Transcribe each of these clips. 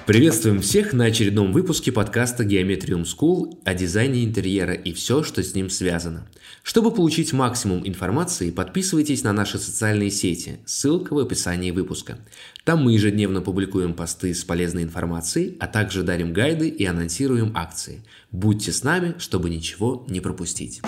Приветствуем всех на очередном выпуске подкаста Geometrium School о дизайне интерьера и все, что с ним связано. Чтобы получить максимум информации, подписывайтесь на наши социальные сети, ссылка в описании выпуска. Там мы ежедневно публикуем посты с полезной информацией, а также дарим гайды и анонсируем акции. Будьте с нами, чтобы ничего не пропустить.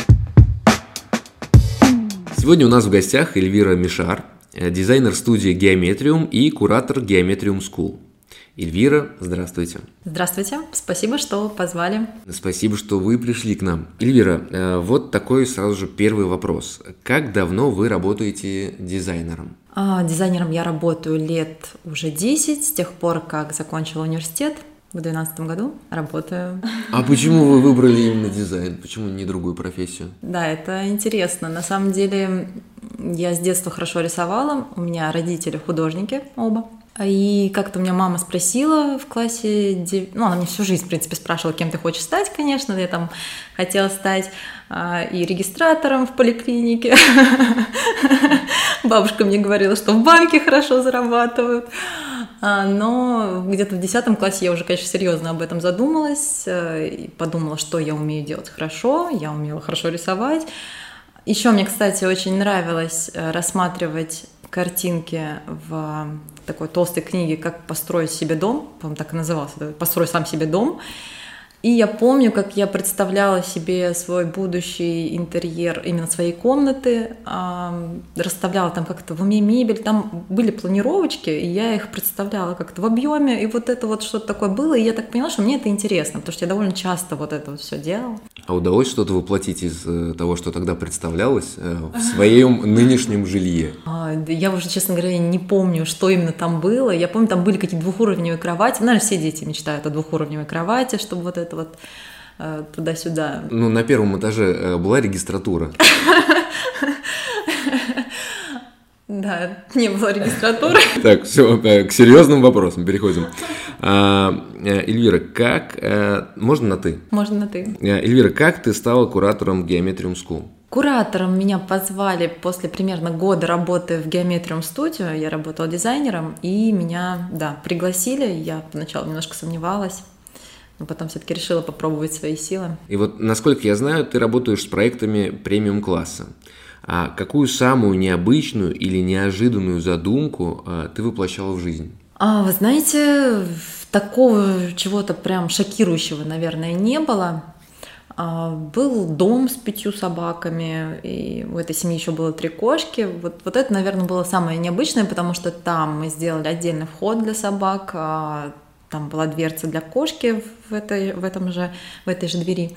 Сегодня у нас в гостях Эльвира Мишар, дизайнер студии Geometrium и куратор Geometrium School. Эльвира, здравствуйте. Здравствуйте, спасибо, что позвали. Спасибо, что вы пришли к нам. Эльвира, вот такой сразу же первый вопрос. Как давно вы работаете дизайнером? Дизайнером я работаю лет уже 10, с тех пор, как закончила университет. В 2012 году работаю. А почему вы выбрали именно дизайн? Почему не другую профессию? Да, это интересно. На самом деле, я с детства хорошо рисовала. У меня родители художники оба. И как-то у меня мама спросила в классе, она мне всю жизнь, в принципе, спрашивала, кем ты хочешь стать, конечно, я там хотела стать и регистратором в поликлинике. Бабушка мне говорила, что в банке хорошо зарабатывают. Но где-то в 10 классе я уже, конечно, серьезно об этом задумалась и подумала, что я умею делать хорошо, я умела хорошо рисовать. Еще мне, кстати, очень нравилось рассматривать картинки в такой толстой книге «Как построить себе дом», по-моему, так и назывался, «Построй сам себе дом». И я помню, как я представляла себе свой будущий интерьер именно своей комнаты, расставляла там как-то в уме мебель, там были планировочки, и я их представляла как-то в объеме, и вот это вот что-то такое было, и я так поняла, что мне это интересно, потому что я довольно часто вот это вот все делала. А удалось что-то воплотить из того, что тогда представлялось, в своем нынешнем жилье? Я уже, честно говоря, не помню, что именно там было. Я помню, там были какие-то двухуровневые кровати. Наверное, все дети мечтают о двухуровневой кровати, чтобы вот это вот туда-сюда. Ну, на первом этаже была регистратура. Да, не было регистратуры. Так, все, к серьезным вопросам переходим. Эльвира, как... Можно на «ты»? Можно на «ты». Эльвира, как ты стала куратором Geometrium School? Куратором меня позвали после примерно года работы в Geometrium Studio. Я работала дизайнером, и меня, пригласили. Я поначалу немножко сомневалась, но потом все-таки решила попробовать свои силы. И вот, насколько я знаю, ты работаешь с проектами премиум-класса. А какую самую необычную или неожиданную задумку ты воплощала в жизнь? Вы знаете, такого чего-то прям шокирующего, наверное, не было. Был дом с 5 собаками, и у этой семьи еще было 3 кошки. Вот это, наверное, было самое необычное, потому что там мы сделали отдельный вход для собак, там была дверца для кошки в этой же двери.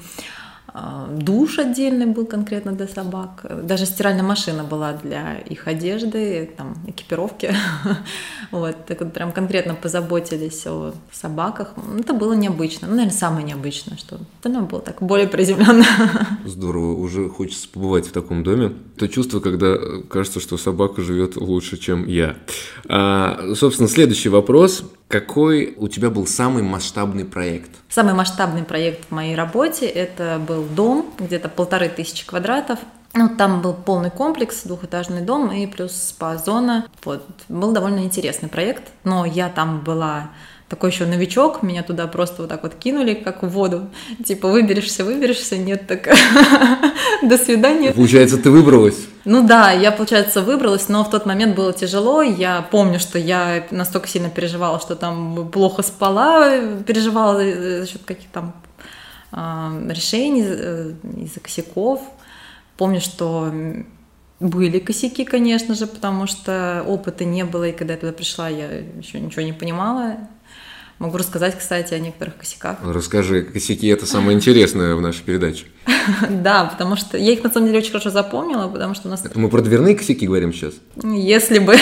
Душ отдельный был конкретно для собак. Даже стиральная машина была для их одежды, там, экипировки. Вот, так вот прям конкретно позаботились о собаках. Это было необычно. Наверное, самое необычное, что остальное было так более приземленно. Здорово, уже хочется побывать в таком доме. То чувство, когда кажется, что собака живет лучше, чем я. Собственно, следующий вопрос. Какой у тебя был самый масштабный проект? Самый масштабный проект в моей работе – это был дом, где-то 1500 квадратов. Там был полный комплекс, 2-этажный дом и плюс спа-зона. Вот. Был довольно интересный проект, но я там была такой еще новичок, меня туда просто вот так вот кинули, как в воду. Типа выберешься, нет, так до свидания. Получается, ты выбралась? Ну да, я, получается, выбралась, но в тот момент было тяжело. Я помню, что я настолько сильно переживала, что там плохо спала, переживала за счет каких-то там решений, из-за косяков. Помню, что были косяки, конечно же, потому что опыта не было, и когда я туда пришла, я еще ничего не понимала. Могу рассказать, кстати, о некоторых косяках. Расскажи, косяки – это самое интересное в нашей передаче. Да, потому что я их, на самом деле, очень хорошо запомнила, потому что у нас... Это мы про дверные косяки говорим сейчас? Если бы.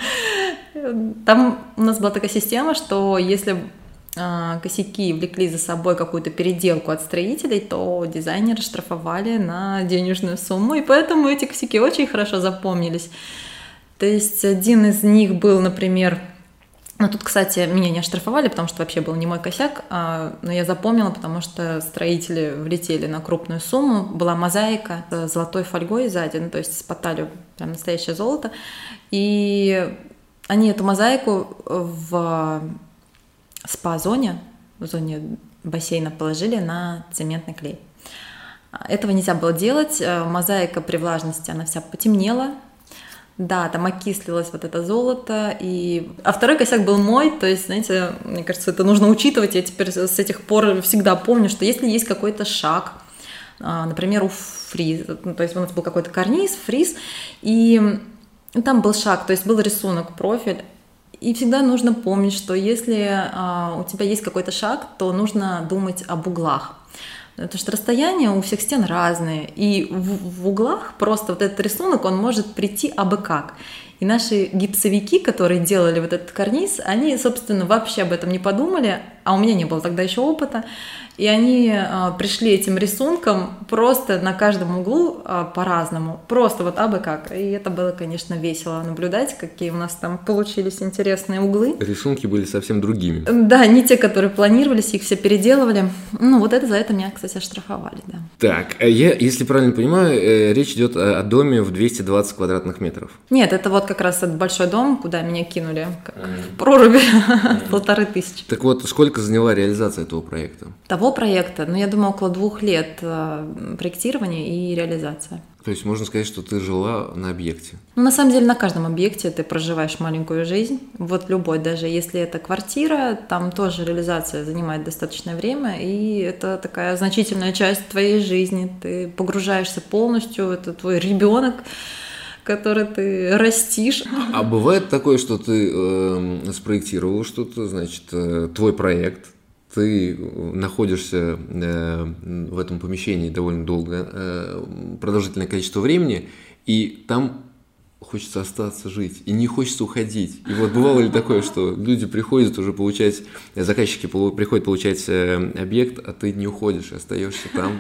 Там у нас была такая система, что если косяки влекли за собой какую-то переделку от строителей, то дизайнеры штрафовали на денежную сумму, и поэтому эти косяки очень хорошо запомнились. То есть один из них был, например... Но тут, кстати, меня не оштрафовали, потому что вообще был не мой косяк, но я запомнила, потому что строители влетели на крупную сумму. Была мозаика с золотой фольгой сзади, то есть спотали прям настоящее золото. И они эту мозаику в спа-зоне, в зоне бассейна положили на цементный клей. Этого нельзя было делать, мозаика при влажности, она вся потемнела, да, там окислилось вот это золото, а второй косяк был мой, то есть, знаете, мне кажется, это нужно учитывать, я теперь с этих пор всегда помню, что если есть какой-то шаг, например, у фриза, то есть у нас был какой-то карниз, фриз, и там был шаг, то есть был рисунок, профиль, и всегда нужно помнить, что если у тебя есть какой-то шаг, то нужно думать об углах. Потому что расстояния у всех стен разные, и в углах просто вот этот рисунок, он может прийти абы как. И наши гипсовики, которые делали вот этот карниз, они, собственно, вообще об этом не подумали, а у меня не было тогда еще опыта, и они пришли этим рисунком просто на каждом углу по-разному, просто вот абы как. И это было, конечно, весело наблюдать, какие у нас там получились интересные углы. Рисунки были совсем другими. Да, не те, которые планировались, их все переделывали. Ну, вот это за это меня, кстати, оштрафовали, да. Так, если правильно понимаю, речь идет о доме в 220 квадратных метров. Нет, это вот как раз этот большой дом, куда меня кинули, как в проруби, 1500. Так вот, сколько заняла реализация этого проекта? Того проекта, я думаю, около 2 лет проектирования и реализация. То есть можно сказать, что ты жила на объекте? На самом деле на каждом объекте ты проживаешь маленькую жизнь. Вот любой, даже если это квартира, там тоже реализация занимает достаточное время, и это такая значительная часть твоей жизни. Ты погружаешься полностью, это твой ребенок, который ты растишь. А бывает такое, что ты спроектировал что-то, значит, твой проект, ты находишься в этом помещении довольно долго, продолжительное количество времени, и там хочется остаться жить, и не хочется уходить. И вот бывало ли такое, что люди приходят уже получать, заказчики приходят получать объект, а ты не уходишь, остаешься там?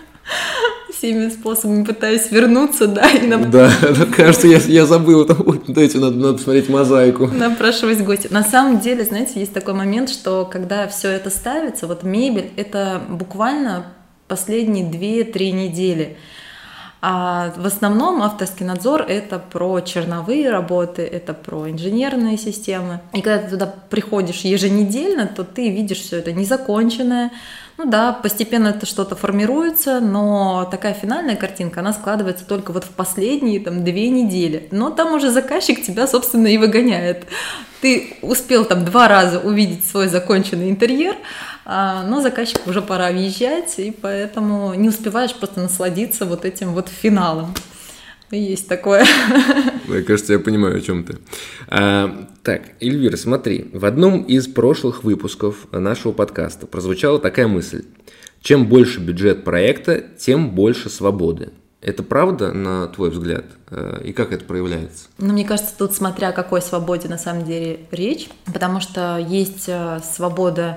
Всеми способами пытаюсь вернуться, да. Да, кажется, я забыл, дайте, надо посмотреть мозаику. Напрашиваюсь в гости. На самом деле, знаете, есть такой момент, что когда все это ставится, вот мебель, это буквально последние 2-3 недели. А в основном авторский надзор – это про черновые работы, это про инженерные системы. И когда ты туда приходишь еженедельно, то ты видишь все это незаконченное. Ну да, постепенно это что-то формируется, но такая финальная картинка, она складывается только вот в последние 2 недели. Но там уже заказчик тебя, собственно, и выгоняет. Ты успел 2 раза увидеть свой законченный интерьер, но заказчику уже пора въезжать, и поэтому не успеваешь просто насладиться вот этим вот финалом. Есть такое. Мне кажется, я понимаю, о чем ты. Так, Эльвира, смотри, в одном из прошлых выпусков нашего подкаста прозвучала такая мысль. Чем больше бюджет проекта, тем больше свободы. Это правда, на твой взгляд? И как это проявляется? Мне кажется, тут смотря о какой свободе на самом деле речь, потому что есть свобода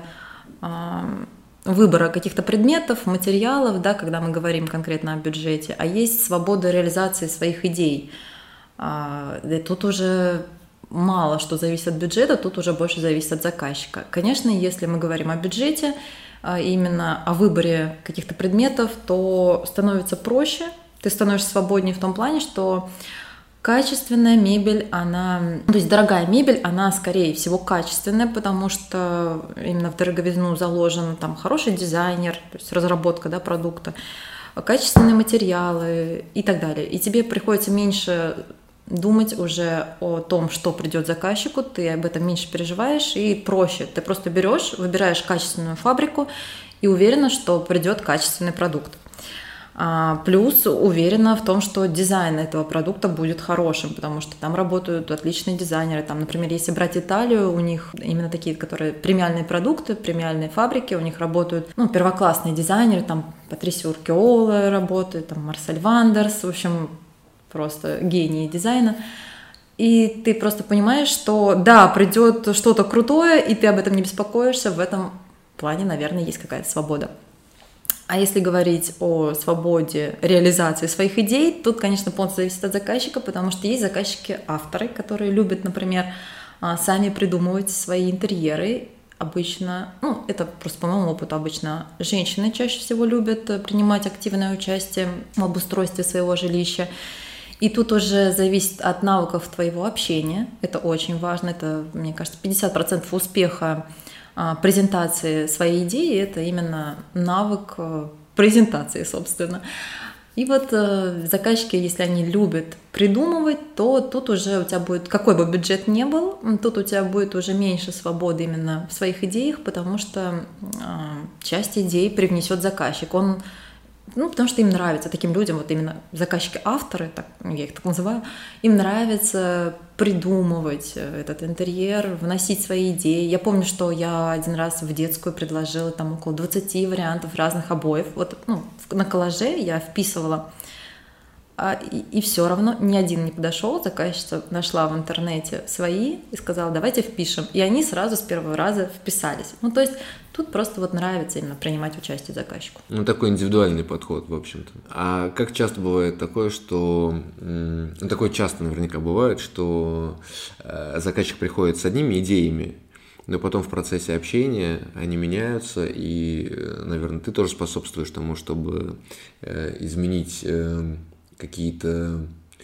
выбора каких-то предметов, материалов, да, когда мы говорим конкретно о бюджете, а есть свобода реализации своих идей. И тут уже мало что зависит от бюджета, тут уже больше зависит от заказчика. Конечно, если мы говорим о бюджете, именно о выборе каких-то предметов, то становится проще, ты становишься свободнее в том плане, что качественная мебель, то есть дорогая мебель, она скорее всего качественная, потому что именно в дороговизну заложен там хороший дизайнер, то есть разработка, да, продукта, качественные материалы и так далее. И тебе приходится меньше думать уже о том, что придет заказчику, ты об этом меньше переживаешь и проще. Ты просто выбираешь качественную фабрику и уверена, что придет качественный продукт. Плюс уверена в том, что дизайн этого продукта будет хорошим, потому что там работают отличные дизайнеры. Там, например, если брать Италию, у них именно такие, которые премиальные продукты, премиальные фабрики, у них работают первоклассные дизайнеры, там Патрисио Уркиола работает, там Марсель Вандерс, в общем, просто гении дизайна. И ты просто понимаешь, что да, придет что-то крутое, и ты об этом не беспокоишься, в этом плане, наверное, есть какая-то свобода. А если говорить о свободе реализации своих идей, тут, конечно, полностью зависит от заказчика, потому что есть заказчики-авторы, которые любят, например, сами придумывать свои интерьеры. Обычно, это просто по моему опыту, обычно женщины чаще всего любят принимать активное участие в обустройстве своего жилища. И тут уже зависит от навыков твоего общения. Это очень важно. Это, мне кажется, 50% успеха презентации своей идеи – это именно навык презентации, собственно. И вот заказчики, если они любят придумывать, то тут уже у тебя будет, какой бы бюджет ни был, тут у тебя будет уже меньше свободы именно в своих идеях, потому что часть идей привнесет заказчик. Потому что им нравится, таким людям, вот именно заказчики-авторы, так, я их так называю, им нравится придумывать этот интерьер, вносить свои идеи. Я помню, что я один раз в детскую предложила там около 20 вариантов разных обоев. Вот на коллаже я вписывала, и все равно ни один не подошел. Заказчица нашла в интернете свои и сказала, давайте впишем. И они сразу с первого раза вписались. То есть тут просто вот нравится именно принимать участие заказчику. Такой индивидуальный подход, в общем-то. А как часто бывает такое, что... такое часто наверняка бывает, что заказчик приходит с одними идеями, но потом в процессе общения они меняются, и, наверное, ты тоже способствуешь тому, чтобы изменить какие-то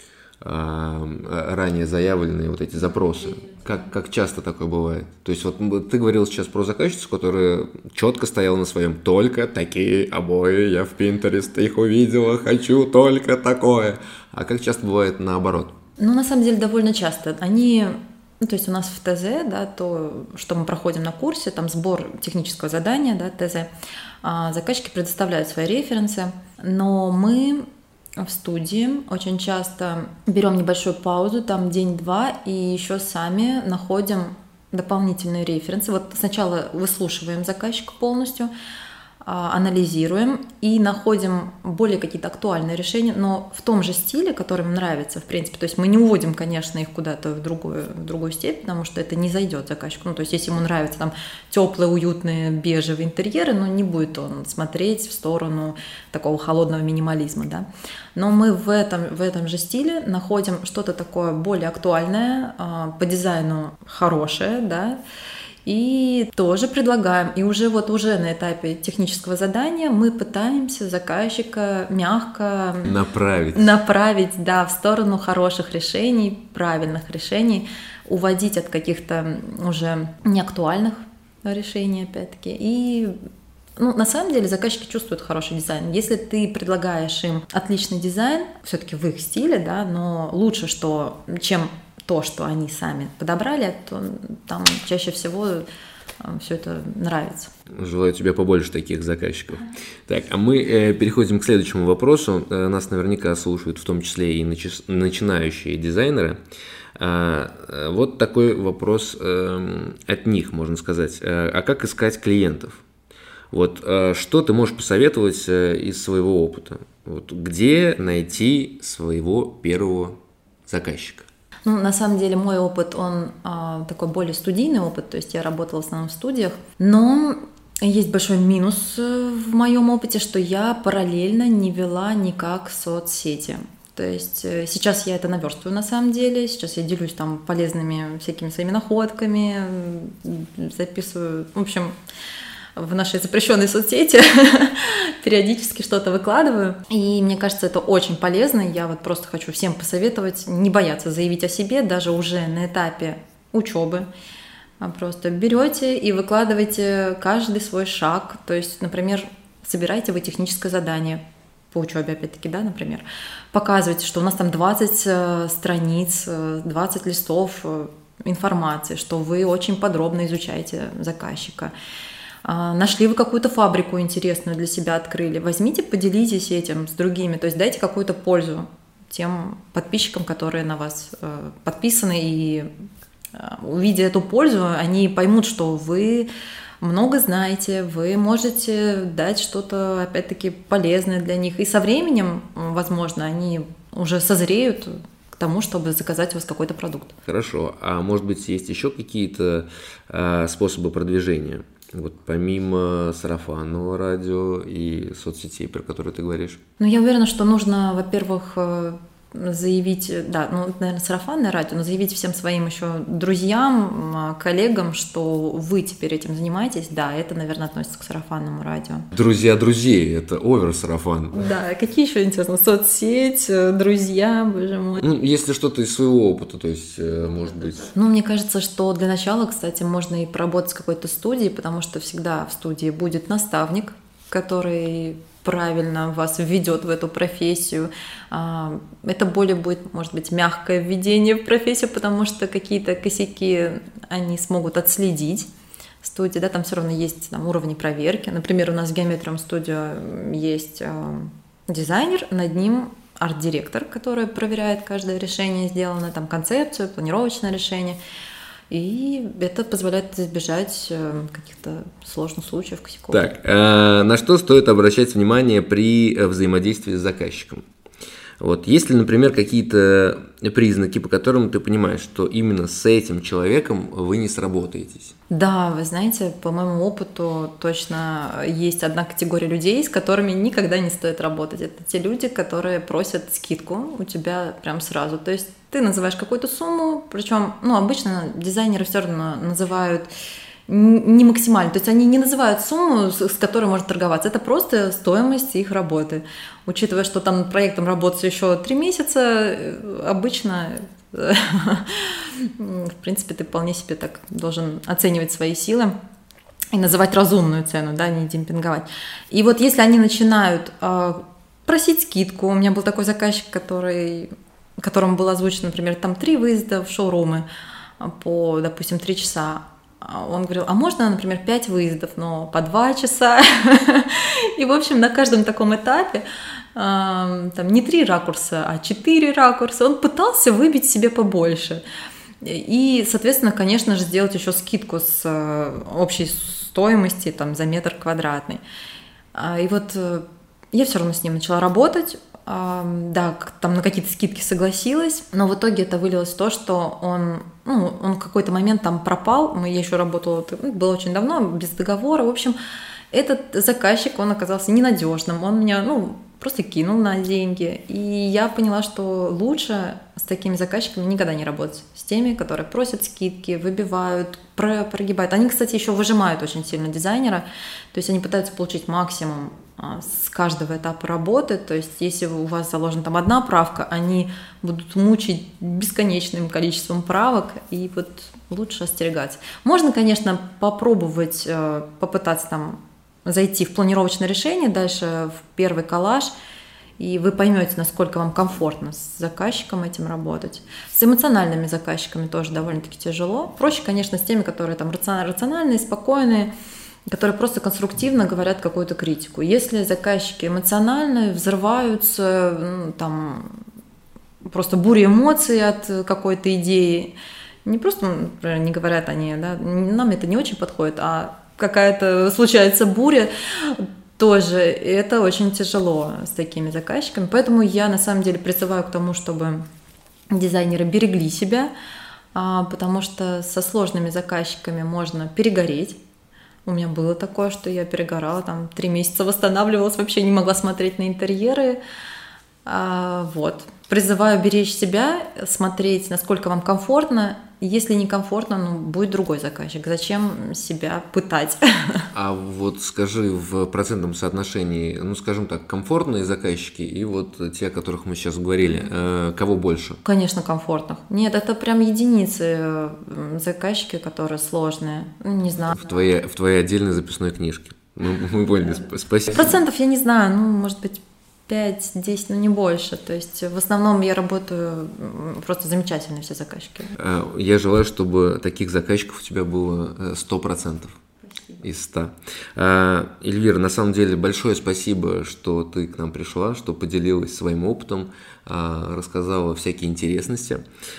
ранее заявленные вот эти запросы. Как часто такое бывает? То есть вот ты говорил сейчас про заказчицу, которая четко стояла на своем: только такие обои, я в Pinterest их увидела, хочу только такое. А как часто бывает наоборот? На самом деле довольно часто. Они, то есть у нас в ТЗ, да, то, что мы проходим на курсе, там сбор технического задания, да, ТЗ, заказчики предоставляют свои референсы, но мы в студии очень часто берем небольшую паузу, там день-два, и еще сами находим дополнительные референсы. Вот сначала выслушиваем заказчика полностью, анализируем и находим более какие-то актуальные решения, но в том же стиле, который им нравится, в принципе. То есть мы не уводим, конечно, их куда-то в другую степь, потому что это не зайдет заказчику. То есть если ему нравятся там теплые, уютные, бежевые интерьеры, не будет он смотреть в сторону такого холодного минимализма, да. Но мы в этом же стиле находим что-то такое более актуальное, по дизайну хорошее, да, и тоже предлагаем. И уже на этапе технического задания мы пытаемся заказчика мягко направить, да, в сторону хороших решений, правильных решений, уводить от каких-то уже неактуальных решений, опять-таки. И на самом деле заказчики чувствуют хороший дизайн. Если ты предлагаешь им отличный дизайн, все-таки в их стиле, да, но лучше, чем то, что они сами подобрали, то там чаще всего все это нравится. Желаю тебе побольше таких заказчиков. Так, а мы переходим к следующему вопросу. Нас наверняка слушают в том числе и начинающие дизайнеры. Вот такой вопрос от них, можно сказать. А как искать клиентов? Вот что ты можешь посоветовать из своего опыта? Вот где найти своего первого заказчика? На самом деле мой опыт, он такой более студийный опыт, то есть я работала в основном в студиях, но есть большой минус в моем опыте, что я параллельно не вела никак соцсети. То есть сейчас я это наверстываю на самом деле, сейчас я делюсь там полезными всякими своими находками, записываю, в общем, в нашей запрещенной соцсети периодически что-то выкладываю. И мне кажется, это очень полезно. Я вот просто хочу всем посоветовать не бояться заявить о себе, даже уже на этапе учебы. Просто берете и выкладываете каждый свой шаг. То есть, например, собираете вы техническое задание по учебе, опять-таки, да, например. Показывайте, что у нас там 20 страниц, 20 листов информации, что вы очень подробно изучаете заказчика. Нашли вы какую-то фабрику интересную для себя, открыли, возьмите, поделитесь этим с другими, то есть дайте какую-то пользу тем подписчикам, которые на вас подписаны, и увидя эту пользу, они поймут, что вы много знаете, вы можете дать что-то, опять-таки, полезное для них, и со временем, возможно, они уже созреют к тому, чтобы заказать у вас какой-то продукт. Хорошо, а может быть, есть еще какие-то способы продвижения? Вот помимо сарафанного радио и соцсетей, про которые ты говоришь? Я уверена, что нужно, во-первых, заявить, да, ну, наверное, сарафанное радио, но заявить всем своим еще друзьям, коллегам, что вы теперь этим занимаетесь, да, это, наверное, относится к сарафанному радио. Друзья друзей, это овер-сарафан. Да, какие еще, интересно, соцсеть, друзья, боже мой. Ну, если что-то из своего опыта, то есть, может быть... Ну, мне кажется, что для начала, кстати, можно и поработать в какой-то студии, потому что всегда в студии будет наставник, который правильно вас введет в эту профессию. Это более будет, может быть, мягкое введение в профессию, потому что какие-то косяки они смогут отследить. В студии, да, там все равно есть там уровни проверки. Например, у нас в Geometrium Studio есть дизайнер, над ним арт-директор, который проверяет каждое решение, сделанное, там концепцию, планировочное решение. И это позволяет избежать каких-то сложных случаев, косяков. Так, на что стоит обращать внимание при взаимодействии с заказчиком? Вот, есть ли, например, какие-то признаки, по которым ты понимаешь, что именно с этим человеком вы не сработаетесь? Да, вы знаете, по моему опыту точно есть одна категория людей, с которыми никогда не стоит работать. Это те люди, которые просят скидку у тебя прям сразу. То есть ты называешь какую-то сумму, причем, ну, обычно дизайнеры все равно называют не максимально, то есть они не называют сумму, с которой можно торговаться, это просто стоимость их работы. Учитывая, что там над проектом работается еще 3 месяца, обычно, в принципе, ты вполне себе так должен оценивать свои силы и называть разумную цену, да, не демпинговать. И вот если они начинают просить скидку, у меня был такой заказчик, которому было озвучено, например, там 3 выезда в шоурумы по, допустим, 3 часа, он говорил, а можно, например, 5 выездов, но по 2 часа. И, в общем, на каждом таком этапе, там не 3 ракурса, а 4 ракурса, он пытался выбить себе побольше. И, соответственно, конечно же, сделать еще скидку с общей стоимости там, за метр квадратный. И вот я все равно с ним начала работать. Да, там на какие-то скидки согласилась, но в итоге это вылилось в то, что он в какой-то момент там пропал, я еще работала, было очень давно, без договора, в общем, этот заказчик, он оказался ненадежным, он меня, просто кинул на деньги, и я поняла, что лучше с такими заказчиками никогда не работать, с теми, которые просят скидки, выбивают, прогибают. Они, кстати, еще выжимают очень сильно дизайнера, то есть они пытаются получить максимум с каждого этапа работы, то есть если у вас заложена там 1 правка, они будут мучить бесконечным количеством правок, и вот лучше остерегаться. Можно, конечно, попробовать, попытаться там зайти в планировочное решение, дальше в первый коллаж, и вы поймете, насколько вам комфортно с заказчиком этим работать. С эмоциональными заказчиками тоже довольно-таки тяжело. Проще, конечно, с теми, которые там рациональные, спокойные, которые просто конструктивно говорят какую-то критику. Если заказчики эмоциональные, взрываются, там просто буря эмоций от какой-то идеи, не просто, например, не говорят они, да, нам это не очень подходит, а какая-то случается буря, тоже это очень тяжело с такими заказчиками. Поэтому я на самом деле призываю к тому, чтобы дизайнеры берегли себя, потому что со сложными заказчиками можно перегореть. У меня было такое, что я перегорала, там 3 месяца восстанавливалась, вообще не могла смотреть на интерьеры. Вот. Призываю беречь себя, смотреть, насколько вам комфортно. Если некомфортно, будет другой заказчик. Зачем себя пытать? А вот скажи, в процентном соотношении, скажем так, комфортные заказчики и вот те, о которых мы сейчас говорили, кого больше? Конечно, комфортных. Нет, это прям единицы заказчики, которые сложные. Не знаю. В твоей отдельной записной книжке. Мы поняли, спасибо. Процентов я не знаю, может быть, 5-10, не больше. То есть в основном я работаю, просто замечательные все заказчики. Я желаю, чтобы таких заказчиков у тебя было 100%. Из 100. Эльвира, на самом деле большое спасибо, что ты к нам пришла, что поделилась своим опытом, рассказала всякие интересности.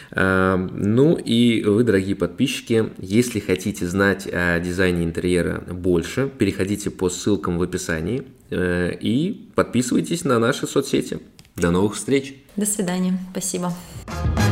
Ну и вы, дорогие подписчики, если хотите знать о дизайне интерьера больше, переходите по ссылкам в описании и подписывайтесь на наши соцсети. До новых встреч! До свидания. Спасибо.